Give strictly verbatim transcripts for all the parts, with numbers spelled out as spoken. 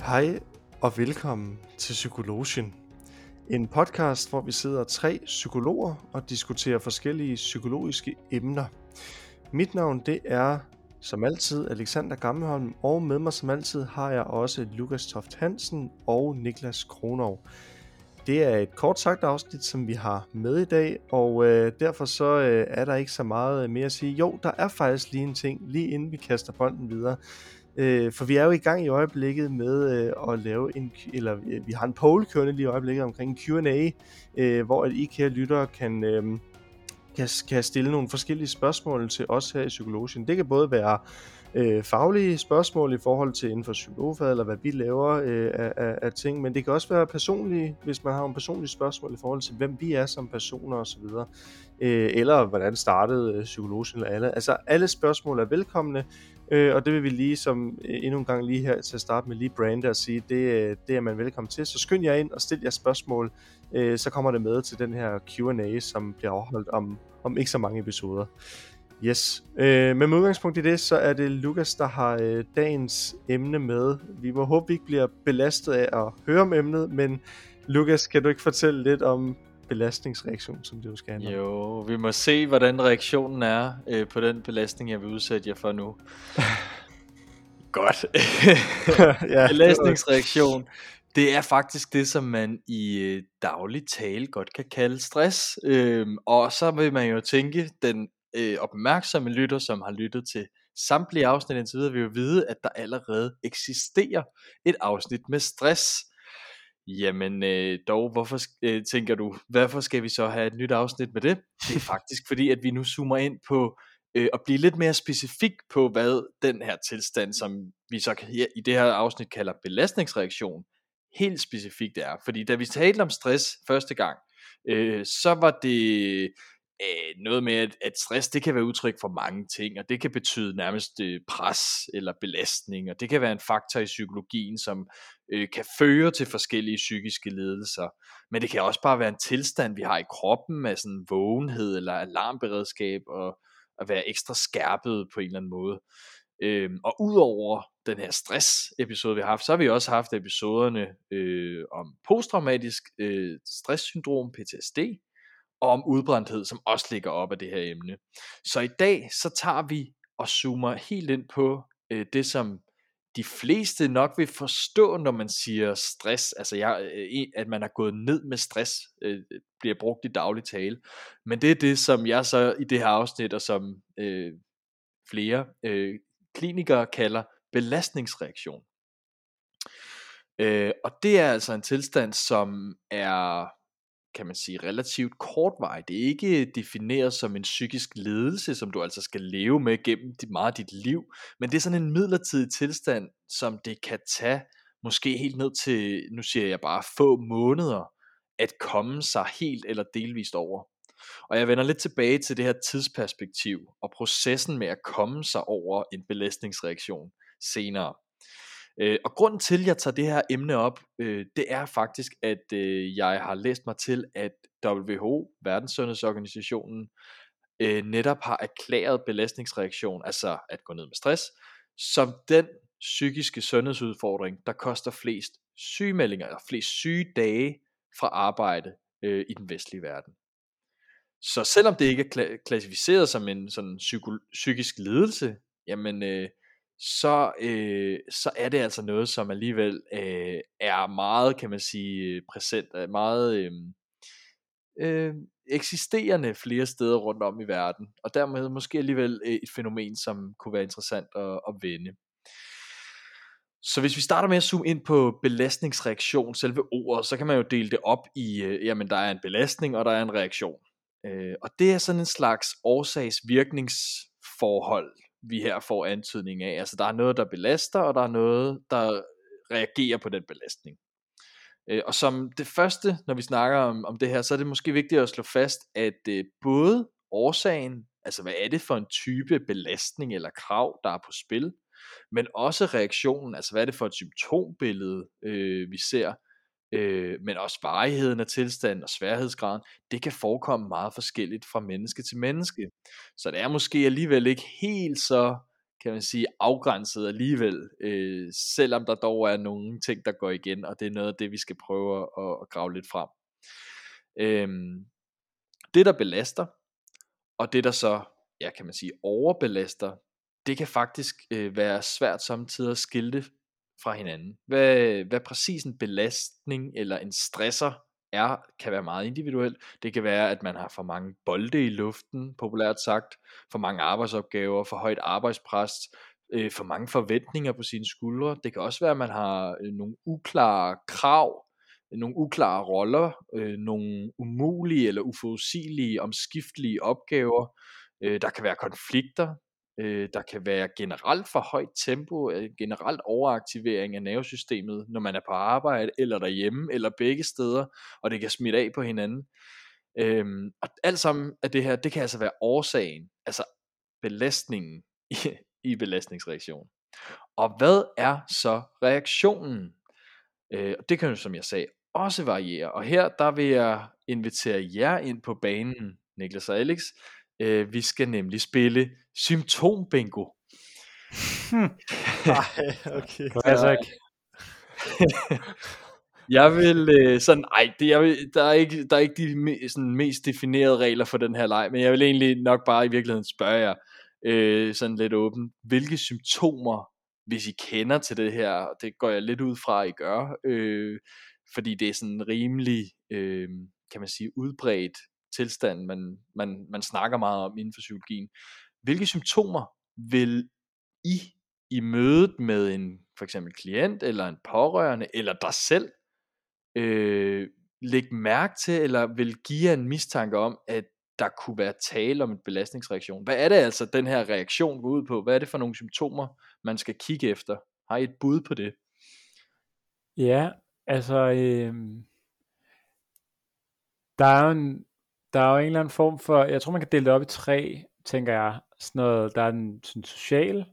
Hej og velkommen til Psykologien. En podcast, hvor vi sidder tre psykologer og diskuterer forskellige psykologiske emner. Mit navn det er som altid Alexander Gammelholm, og med mig som altid har jeg også Lukas Toft Hansen og Niklas Kronov. Det er et kort sagt afsnit, som vi har med i dag, og øh, derfor så øh, er der ikke så meget mere at sige. Jo, der er faktisk lige en ting, lige inden vi kaster bolden videre. Øh, for vi er jo i gang i øjeblikket med øh, at lave en, eller øh, vi har en poll kørende lige i øjeblikket omkring en Q and A, øh, hvor at I kære lyttere kan, øh, kan, kan stille nogle forskellige spørgsmål til os her i Psykologien. Det kan både være øh, faglige spørgsmål i forhold til inden for psykologfaget, eller hvad vi laver øh, af, af, af ting, men det kan også være personlige, hvis man har nogle personlige spørgsmål i forhold til, hvem vi er som personer osv., øh, eller hvordan startede øh, Psykologien eller alle. Altså alle spørgsmål er velkomne, øh, og det vil vi lige som øh, endnu en gang lige her til at starte med lige brande og sige, det, øh, det er man velkommen til. Så skynd jer ind og stil jer spørgsmål, øh, så kommer det med til den her Q and A, som bliver afholdt om, om ikke så mange episoder. Yes, øh, men med udgangspunkt i det, så er det Lukas, der har øh, dagens emne med. Vi må håbe, vi ikke bliver belastet af at høre om emnet, men Lukas, kan du ikke fortælle lidt om belastningsreaktion, som det jo skal handle om? Jo, vi må se, hvordan reaktionen er øh, på den belastning, jeg vil udsætte jer for nu. Godt. Ja, belastningsreaktion, det er faktisk det, som man i øh, daglig tale godt kan kalde stress. Øhm, og så vil man jo tænke, den øh, opmærksomme lytter, som har lyttet til samtlige afsnit indtil videre, vil jo vide, at der allerede eksisterer et afsnit med stress. Jamen øh, dog, hvorfor øh, tænker du, hvorfor skal vi så have et nyt afsnit med det? Det er faktisk fordi, at vi nu zoomer ind på øh, at blive lidt mere specifik på, hvad den her tilstand, som vi så her, i det her afsnit kalder belastningsreaktion, helt specifikt er. Fordi da vi talte om stress første gang, øh, så var det øh, noget med, at, at stress, det kan være udtryk for mange ting, og det kan betyde nærmest øh, pres eller belastning, og det kan være en faktor i psykologien, som øh, kan føre til forskellige psykiske lidelser. Men det kan også bare være en tilstand, vi har i kroppen, med sådan vågenhed eller alarmberedskab, og at være ekstra skærpet på en eller anden måde. Øhm, og udover den her stress episode vi har haft, så har vi også haft episoderne øh, om posttraumatisk øh, stresssyndrom, P T S D, og om udbrændthed, som også ligger op af det her emne. Så i dag så tager vi og zoomer helt ind på øh, det, som de fleste nok vil forstå, når man siger stress, altså jeg, øh, at man har gået ned med stress, øh, bliver brugt i daglig tale. Men det er det, som jeg så i det her afsnit, og som øh, flere øh, klinikere kalder belastningsreaktion. Øh, og det er altså en tilstand, som er, kan man sige, relativt kortvarig. Det er ikke defineret som en psykisk lidelse, som du altså skal leve med gennem meget af dit liv, men det er sådan en midlertidig tilstand, som det kan tage måske helt ned til, nu siger jeg bare få måneder, at komme sig helt eller delvist over. Og jeg vender lidt tilbage til det her tidsperspektiv og processen med at komme sig over en belastningsreaktion senere. Øh, og grunden til, at jeg tager det her emne op, øh, det er faktisk, at øh, jeg har læst mig til, at W H O, Verdenssundhedsorganisationen, øh, netop har erklæret belastningsreaktion, altså at gå ned med stress, som den psykiske sundhedsudfordring, der koster flest sygemeldinger, eller flest sygedage fra arbejde øh, i den vestlige verden. Så selvom det ikke er kla- klassificeret som en sådan psyko- psykisk lidelse, jamen øh, så, øh, så er det altså noget, som alligevel øh, er meget, kan man sige, præsent, er meget øh, øh, eksisterende flere steder rundt om i verden, og dermed måske alligevel et fænomen, som kunne være interessant at, at vende. Så hvis vi starter med at zoome ind på belastningsreaktion, selve ordet, så kan man jo dele det op i, øh, jamen der er en belastning, og der er en reaktion. Øh, og det er sådan en slags årsags-virkningsforhold, vi her får antydning af. Altså der er noget, der belaster, og der er noget, der reagerer på den belastning. Øh, og som det første, når vi snakker om, om det her, så er det måske vigtigt at slå fast, at øh, både årsagen, altså hvad er det for en type belastning eller krav, der er på spil, men også reaktionen, altså hvad er det for et symptombillede, øh, vi ser, øh, men også varigheden af tilstanden og sværhedsgraden, det kan forekomme meget forskelligt fra menneske til menneske. Så det er måske alligevel ikke helt så, kan man sige, afgrænset alligevel, øh, selvom der dog er nogle ting, der går igen, og det er noget af det, vi skal prøve at, at grave lidt frem. Øhm, det, der belaster, og det, der så, ja, kan man sige, overbelaster, det kan faktisk øh, være svært samtidig at skilte fra hinanden. Hvad, hvad præcis en belastning eller en stresser er, kan være meget individuelt. Det kan være, at man har for mange bolde i luften, populært sagt, for mange arbejdsopgaver, for højt arbejdspres, øh, for mange forventninger på sine skuldre. Det kan også være, at man har øh, nogle uklare krav, nogle uklare roller, øh, nogle umulige eller uforudsigelige, omskiftelige opgaver. Øh, der kan være konflikter, øh, der kan være generelt for højt tempo, øh, generelt overaktivering af nervesystemet, når man er på arbejde, eller derhjemme, eller begge steder, og det kan smitte af på hinanden. Øhm, og alt sammen af det her, det kan altså være årsagen, altså belastningen i, i belastningsreaktionen. Og hvad er så reaktionen? Øh, det kan jo, som jeg sagde, også variere. Og her, der vil jeg invitere jer ind på banen, Niklas og Alex. Øh, vi skal nemlig spille symptombingo. Hmm. Ej, okay. Altså, jeg vil øh, sådan, ej, det, jeg vil, der er ikke, der er ikke de me, sådan, mest definerede regler for den her leg, men jeg vil egentlig nok bare i virkeligheden spørge jer, øh, sådan lidt åbent, hvilke symptomer, hvis I kender til det her, det går jeg lidt ud fra, at I gør, øh, fordi det er sådan en rimelig, øh, kan man sige, udbredt tilstand, man, man, man snakker meget om inden for psykologien. Hvilke symptomer vil I i mødet med en for eksempel klient, eller en pårørende, eller dig selv, øh, lægge mærke til, eller vil give jer en mistanke om, at der kunne være tale om en belastningsreaktion? Hvad er det altså, den her reaktion går ud på? Hvad er det for nogle symptomer, man skal kigge efter? Har I et bud på det? Ja, altså, øh, der er jo en, der er jo en eller anden form for, jeg tror man kan dele det op i tre, tænker jeg, sådan noget, der er en sådan social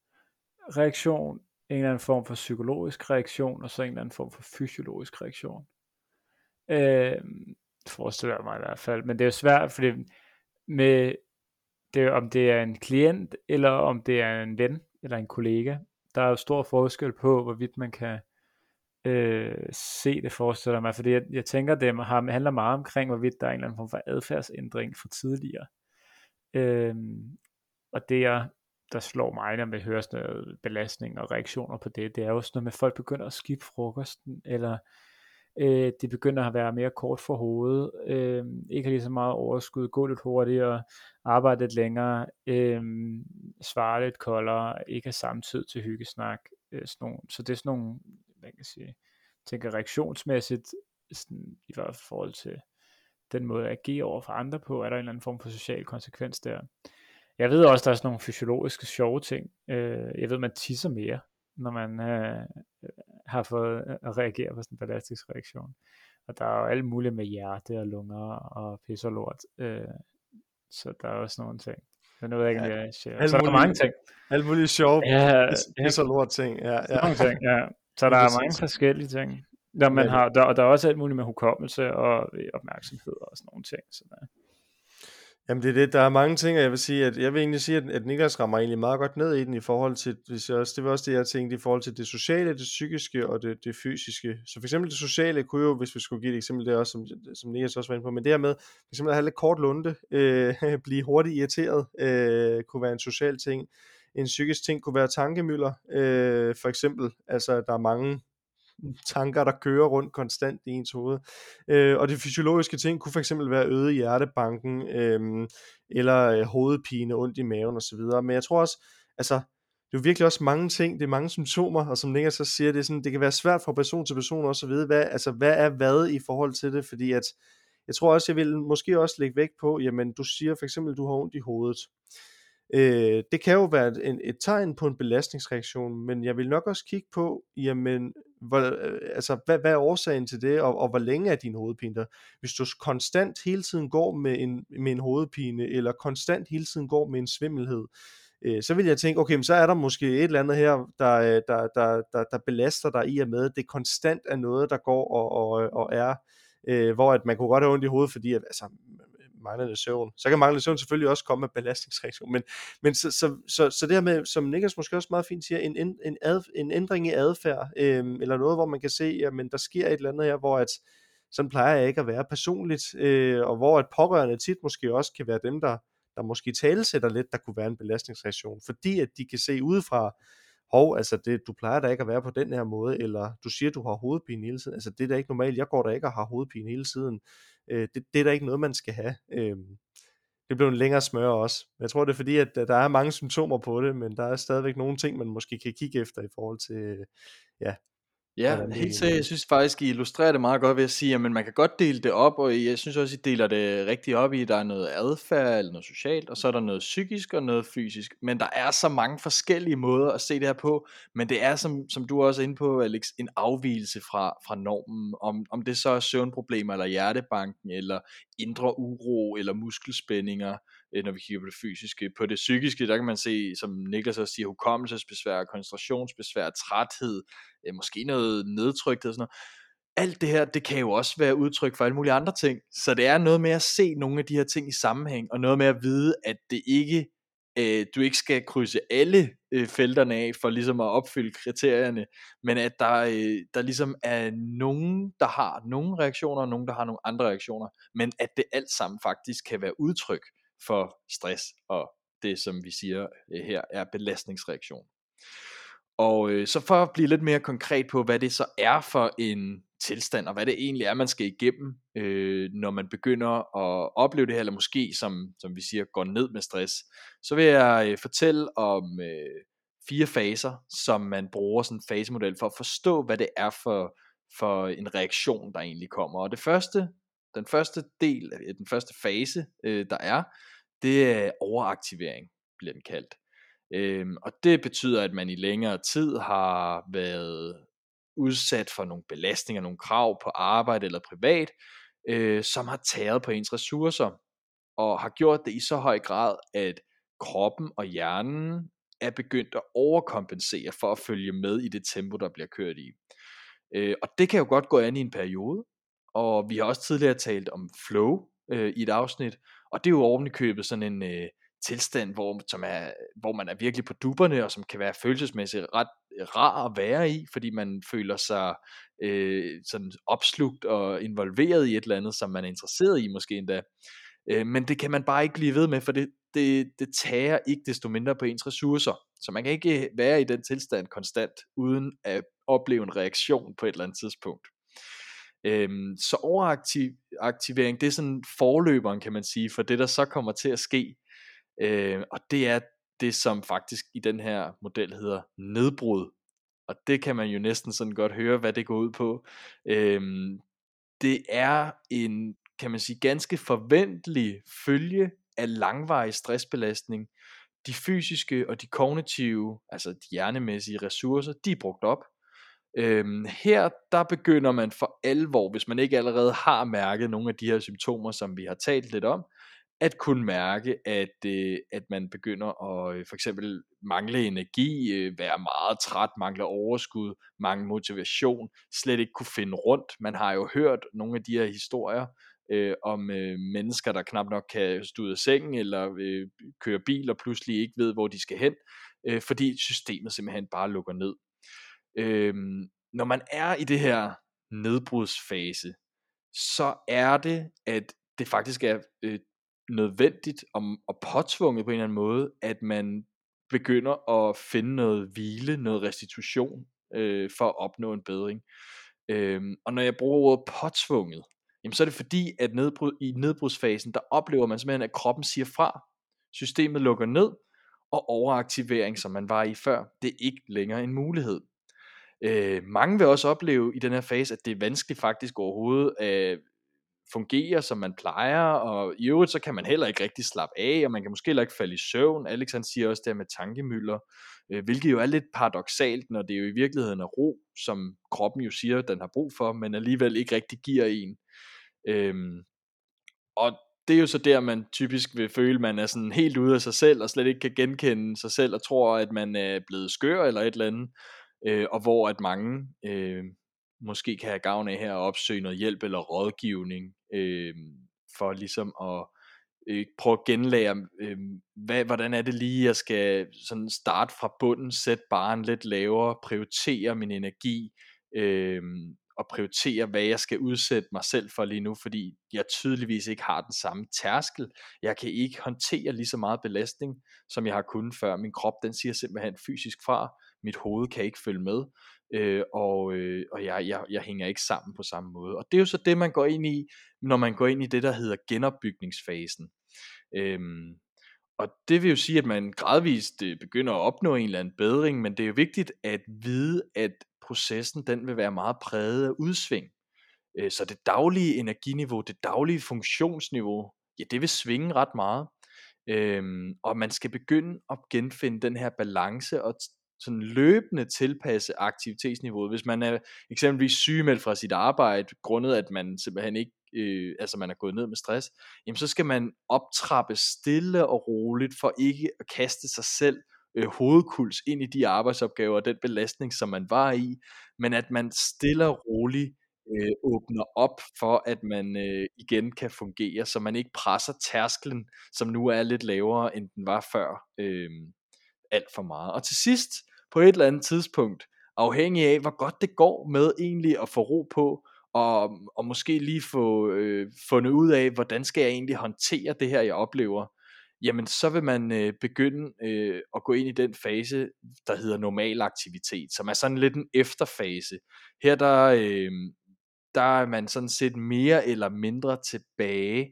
reaktion, en eller anden form for psykologisk reaktion, og så en eller anden form for fysiologisk reaktion. Øh, det forestiller jeg mig i hvert fald, men det er jo svært, fordi med det, om det er en klient, eller om det er en ven, eller en kollega, der er jo stor forskel på, hvorvidt man kan øh, se det, forestiller mig, fordi jeg, jeg tænker, det har, handler meget omkring, hvorvidt der er en eller anden form for adfærdsændring fra tidligere. Øh, og det er der slår mig, når man hører sådan noget belastning og reaktioner på det, det er jo sådan noget med, at folk begynder at skippe frokosten, eller øh, de begynder at være mere kort for hovedet, øh, ikke har lige så meget overskud, gå lidt hurtigere, arbejde lidt længere, øh, svare lidt koldere, ikke have samme tid til hyggesnak, øh, sådan nogle. Så det er sådan nogle, hvad kan jeg sige, tænker reaktionsmæssigt, sådan, i hvert fald forhold til den måde at agere over for andre på, er der en eller anden form for social konsekvens der. Jeg ved også, der er sådan nogle fysiologiske sjove ting. Øh, jeg ved, man tisser mere, når man øh, har fået at reagere på sådan en belastningsreaktion. Og der er jo alt muligt med hjerte og lunger og pis og lort. Øh, så der er også nogle ting. Men nu ved jeg ikke, om jeg siger. Så der er mange ting. Alt muligt sjove ja, pis og lort ting. Ja, ja. Mange ting, ja. Så der er mange forskellige ting. Der, man har, der, og der er også alt muligt med hukommelse og opmærksomhed og sådan nogle ting. Så der. Jamen det er det, der er mange ting, og jeg vil sige, at jeg vil egentlig sige, at, at Niklas rammer egentlig meget godt ned i den i forhold til, hvis jeg også, det var også det, jeg tænkte, i forhold til det sociale, det psykiske og det, det fysiske. Så for eksempel det sociale kunne jo, hvis vi skulle give et eksempel, det også, som, som Niklas også var inde på, men det her med, for eksempel at have lidt kort lunde, øh, blive hurtigt irriteret, øh, kunne være en social ting. En psykisk ting kunne være tankemylder, øh, for eksempel, altså der er mange tanker, der kører rundt konstant i ens hoved. Øh, og det fysiologiske ting kunne for eksempel være øget hjertebanken, øh, eller øh, hovedpine, ondt i maven osv. Men jeg tror også, altså, det er jo virkelig også mange ting, det er mange symptomer, og som Niklas så siger, det, er sådan, det kan være svært fra person til person også at vide, hvad, altså, hvad er hvad i forhold til det, fordi at, jeg tror også, jeg vil måske også lægge vægt på, jamen du siger for eksempel, du har ondt i hovedet. Øh, det kan jo være et, et tegn på en belastningsreaktion, men jeg vil nok også kigge på, jamen, hvor, altså, hvad, hvad er årsagen til det, og, og hvor længe er din hovedpine der? Hvis du konstant hele tiden går med en, med en hovedpine, eller konstant hele tiden går med en svimmelhed, øh, så vil jeg tænke, okay, men så er der måske et eller andet her, der, der, der, der, der belaster dig i og med, at det konstant er noget, der går og, og, og er, øh, hvor at man kunne godt have ondt i hovedet, fordi at, altså, manglende søvn. Så kan manglende søvn selvfølgelig også komme med belastningsreaktion, men, men så, så, så, så det her med, som Niklas måske også meget fint siger, en, en, en, ad, en ændring i adfærd, øh, eller noget, hvor man kan se, jamen der sker et eller andet her, hvor at, sådan plejer jeg ikke at være personligt, øh, og hvor at pårørende tit måske også kan være dem, der, der måske talesætter lidt, der kunne være en belastningsreaktion, fordi at de kan se udefra, hov, altså det, du plejer da ikke at være på den her måde, eller du siger, du har hovedpine hele tiden, altså det er da ikke normalt, jeg går da ikke og har hovedpine hele tiden, øh, det, det er da ikke noget, man skal have. Øh, det blev en længere smør også. Jeg tror, det er fordi, at der er mange symptomer på det, men der er stadigvæk nogle ting, man måske kan kigge efter i forhold til, ja, Ja, hvordan helt det, sikkert. Jeg synes faktisk, I illustrerer det meget godt ved at sige, at man kan godt dele det op, og jeg synes også, I deler det rigtig op i, at der er noget adfærd eller noget socialt, og så er der noget psykisk og noget fysisk. Men der er så mange forskellige måder at se det her på, men det er, som, som du også er inde på, Alex, en afvigelse fra, fra normen. Om, om det så er søvnproblemer, eller hjertebanken, eller indre uro, eller muskelspændinger, når vi kigger på det fysiske. På det psykiske, der kan man se, som Niklas også siger, hukommelsesbesvær, koncentrationsbesvær, træthed, måske noget nedtrykthed og sådan noget. Alt det her, det kan jo også være udtryk for alle mulige andre ting. Så det er noget med at se nogle af de her ting i sammenhæng, og noget med at vide, at det ikke, øh, du ikke skal krydse alle øh, felterne af, for ligesom at opfylde kriterierne, men at der, øh, der ligesom er nogen, der har nogle reaktioner, og nogen, der har nogle andre reaktioner, men at det alt sammen faktisk kan være udtryk for stress, og det, som vi siger øh, her, er belastningsreaktion. Og øh, så for at blive lidt mere konkret på, hvad det så er for en tilstand, og hvad det egentlig er, man skal igennem, øh, når man begynder at opleve det her, eller måske, som, som vi siger, går ned med stress, så vil jeg øh, fortælle om øh, fire faser, som man bruger sådan en fasemodel for at forstå, hvad det er for, for en reaktion, der egentlig kommer. Og det første, den første del, den første fase, øh, der er, det er overaktivering, bliver den kaldt. Øhm, og det betyder, at man i længere tid har været udsat for nogle belastninger, nogle krav på arbejde eller privat, øh, som har tæret på ens ressourcer, og har gjort det i så høj grad, at kroppen og hjernen er begyndt at overkompensere for at følge med i det tempo, der bliver kørt i. Øh, og det kan jo godt gå an i en periode, og vi har også tidligere talt om flow øh, i et afsnit, og det er jo oven i købet sådan en øh, tilstand, hvor, som er, hvor man er virkelig på dupperne, og som kan være følelsesmæssigt ret rar at være i, fordi man føler sig øh, sådan opslugt og involveret i et eller andet, som man er interesseret i måske endda. Øh, men det kan man bare ikke blive ved med, for det, det, det tager ikke desto mindre på ens ressourcer. Så man kan ikke være i den tilstand konstant, uden at opleve en reaktion på et eller andet tidspunkt. Øhm, så overaktivering, det er sådan forløberen, kan man sige, for det der så kommer til at ske. Øh, og det er det, som faktisk i den her model hedder nedbrud. Og det kan man jo næsten sådan godt høre, hvad det går ud på. Øhm, det er en, kan man sige, ganske forventelig følge af langvarig stressbelastning. De fysiske og de kognitive, altså de hjernemæssige ressourcer, de er brugt op. Øhm, her der begynder man for alvor, hvis man ikke allerede har mærket nogle af de her symptomer, som vi har talt lidt om, at kunne mærke, at, øh, at man begynder at øh, for eksempel mangle energi, øh, være meget træt, mangle overskud, mangle motivation, slet ikke kunne finde rundt. Man har jo hørt nogle af de her historier øh, om øh, mennesker, der knap nok kan stå ud af sengen, eller øh, køre bil, og pludselig ikke ved, hvor de skal hen, øh, fordi systemet simpelthen bare lukker ned. Øh, når man er i det her nedbrudsfase, så er det, at det faktisk er øh, nødvendigt og, og påtvunget på en eller anden måde, at man begynder at finde noget hvile, noget restitution, øh, for at opnå en bedring. Øhm, og når jeg bruger ordet påtvunget, jamen så er det fordi, at nedbrud, i nedbrudsfasen, der oplever man simpelthen, at kroppen siger fra. Systemet lukker ned, og overaktivering, som man var i før, det er ikke længere en mulighed. Øh, mange vil også opleve i den her fase, at det er vanskeligt faktisk overhovedet at fungere, som man plejer, og i øvrigt så kan man heller ikke rigtig slappe af, og man kan måske heller ikke falde i søvn. Alex han siger også det med tankemylder, øh, hvilket jo er lidt paradoksalt, når det jo i virkeligheden er ro, som kroppen jo siger, den har brug for, men alligevel ikke rigtig giver en. Øhm, og det er jo så der, man typisk vil føle, man er sådan helt ude af sig selv, og slet ikke kan genkende sig selv, og tror, at man er blevet skør eller et eller andet, øh, og hvor at mange øh, måske kan have gavn af her at opsøge noget hjælp eller rådgivning, øh, for ligesom at øh, prøve at genlære, øh, hvad, hvordan er det lige, jeg skal sådan starte fra bunden, sætte barren lidt lavere, prioritere min energi, øh, og prioritere, hvad jeg skal udsætte mig selv for lige nu, fordi jeg tydeligvis ikke har den samme tærskel. Jeg kan ikke håndtere lige så meget belastning, som jeg har kunnet før. Min krop, den siger simpelthen fysisk fra. Mit hoved kan ikke følge med, øh, og, øh, og jeg, jeg, jeg hænger ikke sammen på samme måde. Og det er jo så det, man går ind i, når man går ind i det, der hedder genopbygningsfasen. Øhm, og det vil jo sige, at man gradvist øh, begynder at opnå en eller anden bedring, men det er jo vigtigt at vide, at processen den vil være meget præget af udsving. Øh, så det daglige energiniveau, det daglige funktionsniveau, ja, det vil svinge ret meget. Øhm, og man skal begynde at genfinde den her balance og t- sådan løbende tilpasse aktivitetsniveauet. Hvis man er eksempelvis sygemeldt fra sit arbejde, grundet at man simpelthen ikke, øh, altså man er gået ned med stress, jamen så skal man optrappe stille og roligt, for ikke at kaste sig selv øh, hovedkuls ind i de arbejdsopgaver og den belastning, som man var i, men at man stille og roligt øh, åbner op for, at man øh, igen kan fungere, så man ikke presser tærsklen, som nu er lidt lavere, end den var før, øh, alt for meget. Og til sidst, på et eller andet tidspunkt, afhængig af, hvor godt det går med egentlig at få ro på, og, og måske lige få øh, fundet ud af, hvordan skal jeg egentlig håndtere det her, jeg oplever, jamen så vil man øh, begynde øh, at gå ind i den fase, der hedder normal aktivitet, som er sådan lidt en efterfase. Her der, øh, der er man sådan set mere eller mindre tilbage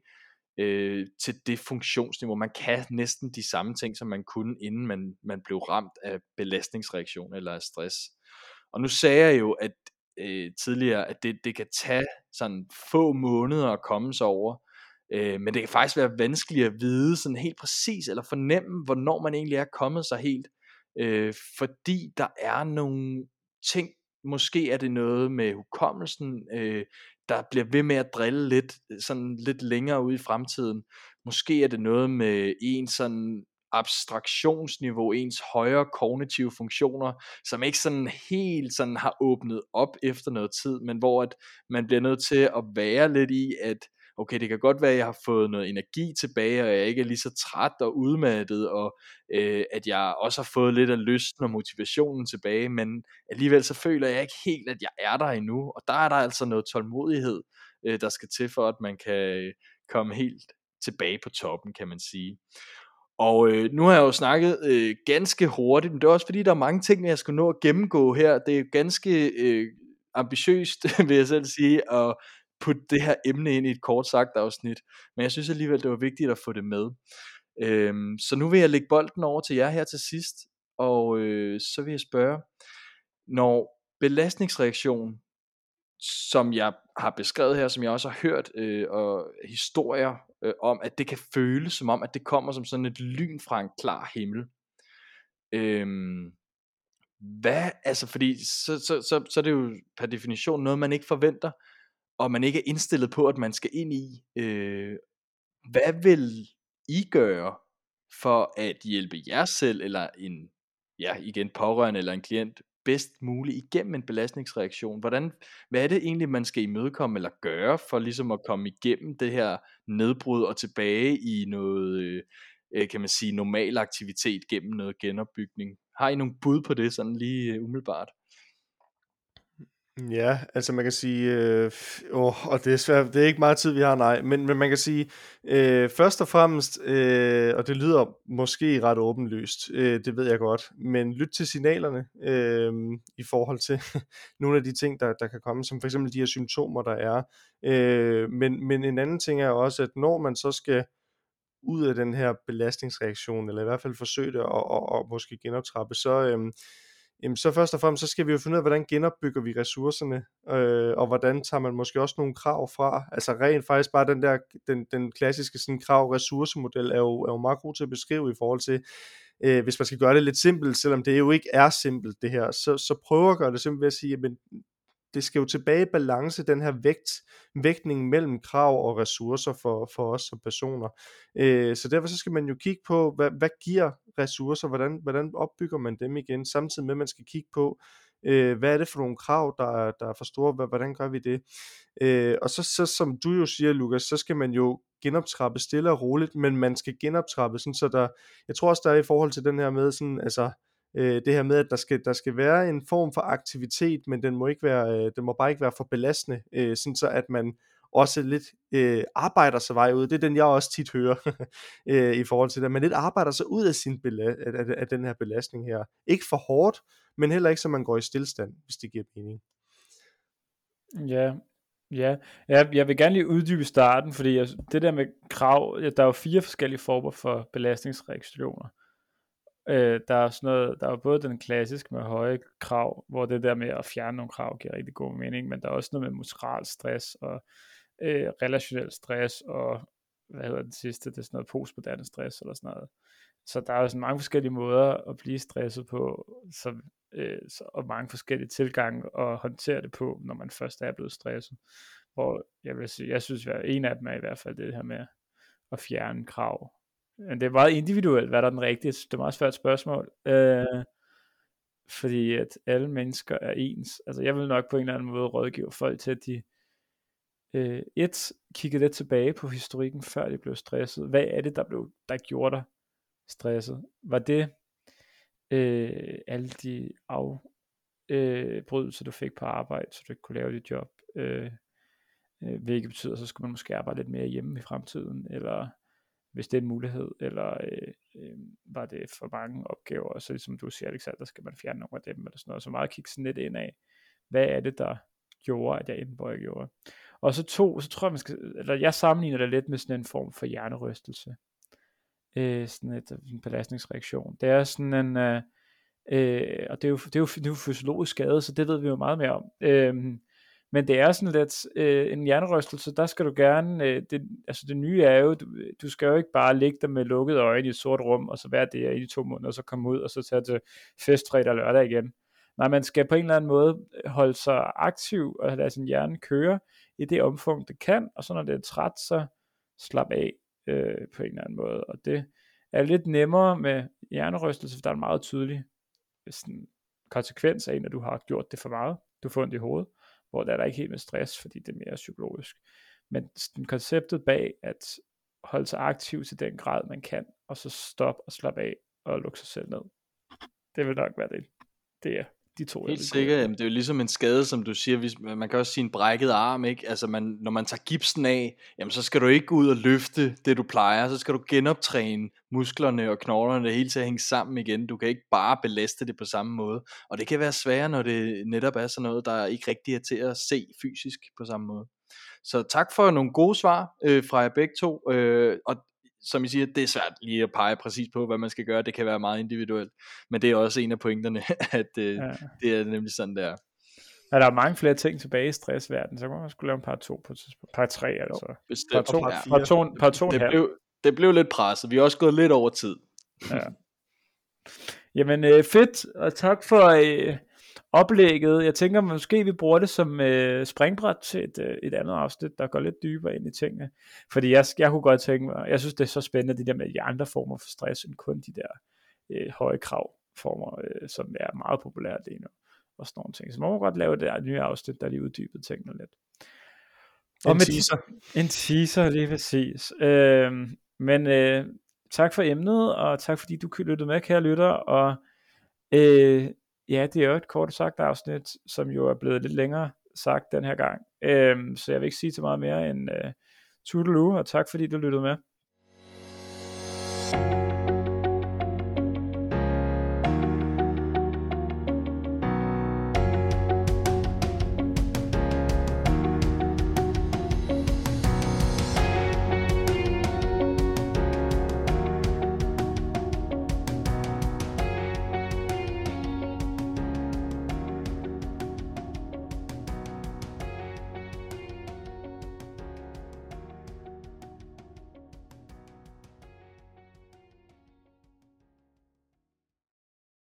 øh, til det funktionsniveau. Man kan næsten de samme ting, som man kunne, inden man, man blev ramt af belastningsreaktion eller af stress. Og nu sagde jeg jo, at øh, tidligere, at det, det kan tage sådan få måneder at komme sig over, øh, men det kan faktisk være vanskeligt at vide sådan helt præcis, eller fornemme, hvornår man egentlig er kommet sig helt, øh, fordi der er nogle ting, måske er det noget med hukommelsen, øh, der bliver ved med at drille lidt, sådan lidt længere ude i fremtiden. Måske er det noget med en sådan abstraktionsniveau, ens højere kognitive funktioner, som ikke sådan helt sådan har åbnet op efter noget tid, men hvor at man bliver nødt til at være lidt i, at okay, det kan godt være, at jeg har fået noget energi tilbage, og jeg ikke er lige så træt og udmattet, og øh, at jeg også har fået lidt af lysten og motivationen tilbage, men alligevel så føler jeg ikke helt, at jeg er der endnu, og der er der altså noget tålmodighed, øh, der skal til for, at man kan komme helt tilbage på toppen, kan man sige. Og øh, nu har jeg jo snakket øh, ganske hurtigt, men det er også fordi, der er mange ting, jeg skal nå at gennemgå her. Det er ganske øh, ambitiøst, vil jeg selv sige, at putte det her emne ind i et kort sagt afsnit. Men jeg synes alligevel, det var vigtigt at få det med. Øhm, så nu vil jeg lægge bolden over til jer her til sidst, og øh, så vil jeg spørge, når belastningsreaktion, som jeg har beskrevet her, som jeg også har hørt øh, og historier øh, om, at det kan føles som om, at det kommer som sådan et lyn fra en klar himmel. Øhm, hvad, altså fordi, så, så, så, så er det jo per definition noget, man ikke forventer, og man ikke er indstillet på, at man skal ind i. Øh, hvad vil I gøre for at hjælpe jer selv, eller en, ja igen pårørende eller en klient, bedst muligt igennem en belastningsreaktion? Hvordan, hvad er det egentlig, man skal imødekomme eller gøre, for ligesom at komme igennem det her nedbrud og tilbage i noget, øh, kan man sige, normal aktivitet gennem noget genopbygning? Har I nogle bud på det, sådan lige øh, umiddelbart? Ja, altså man kan sige, øh, åh, og det er svært, det er ikke meget tid, vi har, nej, men, men man kan sige, øh, først og fremmest, øh, og det lyder måske ret åbenlyst, øh, det ved jeg godt, men lyt til signalerne øh, i forhold til nogle af de ting, der, der kan komme, som for eksempel de her symptomer, der er. Øh, men, men en anden ting er også, at når man så skal ud af den her belastningsreaktion, eller i hvert fald forsøge det at, og, og måske genoptrappe, så, øhm, jamen, så først og fremmest, så skal vi jo finde ud af, hvordan genopbygger vi ressourcerne, øh, og hvordan tager man måske også nogle krav fra, altså rent faktisk bare den der, den, den klassiske sådan krav-ressourcemodel er jo, er jo meget god til at beskrive i forhold til, øh, hvis man skal gøre det lidt simpelt, selvom det jo ikke er simpelt det her, så, så prøv at gøre det simpelt ved at sige, jamen, det skal jo tilbage i balance, den her vægt, vægtning mellem krav og ressourcer for, for os som personer. Øh, så derfor så skal man jo kigge på, hvad, hvad giver ressourcer, hvordan, hvordan opbygger man dem igen, samtidig med at man skal kigge på, Øh, hvad er det for nogle krav, der er, der er for store? Hvordan gør vi det? Øh, og så, så som du jo siger, Lukas, så skal man jo genoptrappe stille og roligt, men man skal genoptrappe sådan, så der, jeg tror også der er i forhold til den her med sådan, altså øh, det her med, at der skal, der skal være en form for aktivitet, men den må ikke være, øh, den må bare ikke være for belastende, øh, sådan så at man også lidt øh, arbejder sig vej ud. Det er den, jeg også tit hører øh, i forhold til det. Man lidt arbejder sig ud af, sin bela- af, af, af den her belastning her. Ikke for hårdt, men heller ikke, så man går i stillstand, hvis det giver mening. Ja, ja. Jeg, jeg vil gerne lige uddybe starten, fordi jeg, det der med krav, ja, der er jo fire forskellige former for belastningsreaktioner. Øh, der er sådan noget, der er både den klassiske med høje krav, hvor det der med at fjerne nogle krav giver rigtig god mening, men der er også noget med muskulært stress og øh, relationel stress og hvad hedder det sidste, det er sådan noget postmoderne stress eller sådan noget. Så der er jo sådan mange forskellige måder at blive stresset på, så, øh, så, og mange forskellige tilgange at håndtere det på, når man først er blevet stresset. Hvor jeg vil sige, jeg synes, at en af dem er i hvert fald det her med at fjerne krav. Men det er meget individuelt, hvad der er den rigtige. Det er et meget svært spørgsmål. Øh, fordi at alle mennesker er ens. Altså jeg vil nok på en eller anden måde rådgive folk til, at de øh, et, kigge lidt tilbage på historikken, før de blev stresset. Hvad er det, der, blev, der gjorde dig stresset? Var det øh, alle de afbrydelser, øh, du fik på arbejde, så du ikke kunne lave dit job? Øh, øh, hvilket betyder, så skulle man måske arbejde lidt mere hjemme i fremtiden, eller hvis det er en mulighed, eller øh, øh, var det for mange opgaver, så som du siger, Alexander, skal man fjerne nogle af dem, eller sådan noget, så meget kigge sådan lidt ind af, hvad er det, der gjorde, at jeg endte, hvor jeg gjorde. Og så to, så tror jeg, man skal, eller jeg sammenligner det lidt med sådan en form for hjernerystelse, øh, sådan et, en belastningsreaktion. Det er sådan en, øh, øh, og det er, jo, det, er jo, det er jo fysiologisk skade, så det ved vi jo meget mere om. Øh, Men det er sådan lidt øh, en hjernerystelse, der skal du gerne, øh, det, altså det nye er jo, du, du skal jo ikke bare ligge der med lukkede øjne i et sort rum, og så være der i de to måneder, og så komme ud, og så tage til fest fredag og lørdag igen. Nej, man skal på en eller anden måde holde sig aktiv, og lade sin hjerne køre i det omfang, det kan, og så når det er træt, så slap af øh, på en eller anden måde. Og det er lidt nemmere med hjernerystelse, for der er en meget tydelig sådan, konsekvens af, når du har gjort det for meget. Du får ondt i hovedet, hvor der er der ikke helt med stress, fordi det er mere psykologisk. Men konceptet bag at holde sig aktiv til den grad, man kan, og så stoppe og slappe af og lukke sig selv ned. Det vil nok være det. Det er de to. Helt sikkert, jamen, det er jo ligesom en skade, som du siger, hvis, man kan også sige en brækket arm, ikke? Altså man, når man tager gipsen af, jamen så skal du ikke gå ud og løfte det du plejer, så skal du genoptræne musklerne og knoglerne, det hele til at hænge sammen igen. Du kan ikke bare belaste det på samme måde, og det kan være sværere, når det netop er sådan noget, der ikke rigtig er til at se fysisk på samme måde. Så tak for nogle gode svar øh, fra jer begge to, øh, og som I siger, det er svært lige at pege præcis på, hvad man skal gøre. Det kan være meget individuelt. Men det er også en af pointerne, at øh, ja. Det er nemlig sådan, det er. Ja, der er mange flere ting tilbage i stressverdenen, så kan man skulle lave en par to på par tre, altså. Jo, par to, ja. par to, par to det, blev, det blev lidt presset. Vi har også gået lidt over tid. Ja. Jamen øh, fedt, og tak for øh, oplægget. Jeg tænker måske vi bruger det som øh, springbræt til et, øh, et andet afsnit, der går lidt dybere ind i tingene. Fordi jeg, jeg kunne godt tænke mig, jeg synes det er så spændende, de der med de andre former for stress, end kun de der øh, høje kravformer, øh, som er meget populære lige nu. Og sådan nogle ting. Så man må godt lave det der nye afsnit, der lige uddyber tingene lidt. Og en teaser. En teaser, lige præcis. Øh, men øh, tak for emnet, og tak fordi du lyttede med, kære lytter, og øh, ja, det er jo et kort sagt afsnit, som jo er blevet lidt længere sagt den her gang. Øh, så jeg vil ikke sige til meget mere end øh, toodaloo, og tak fordi du lyttede med.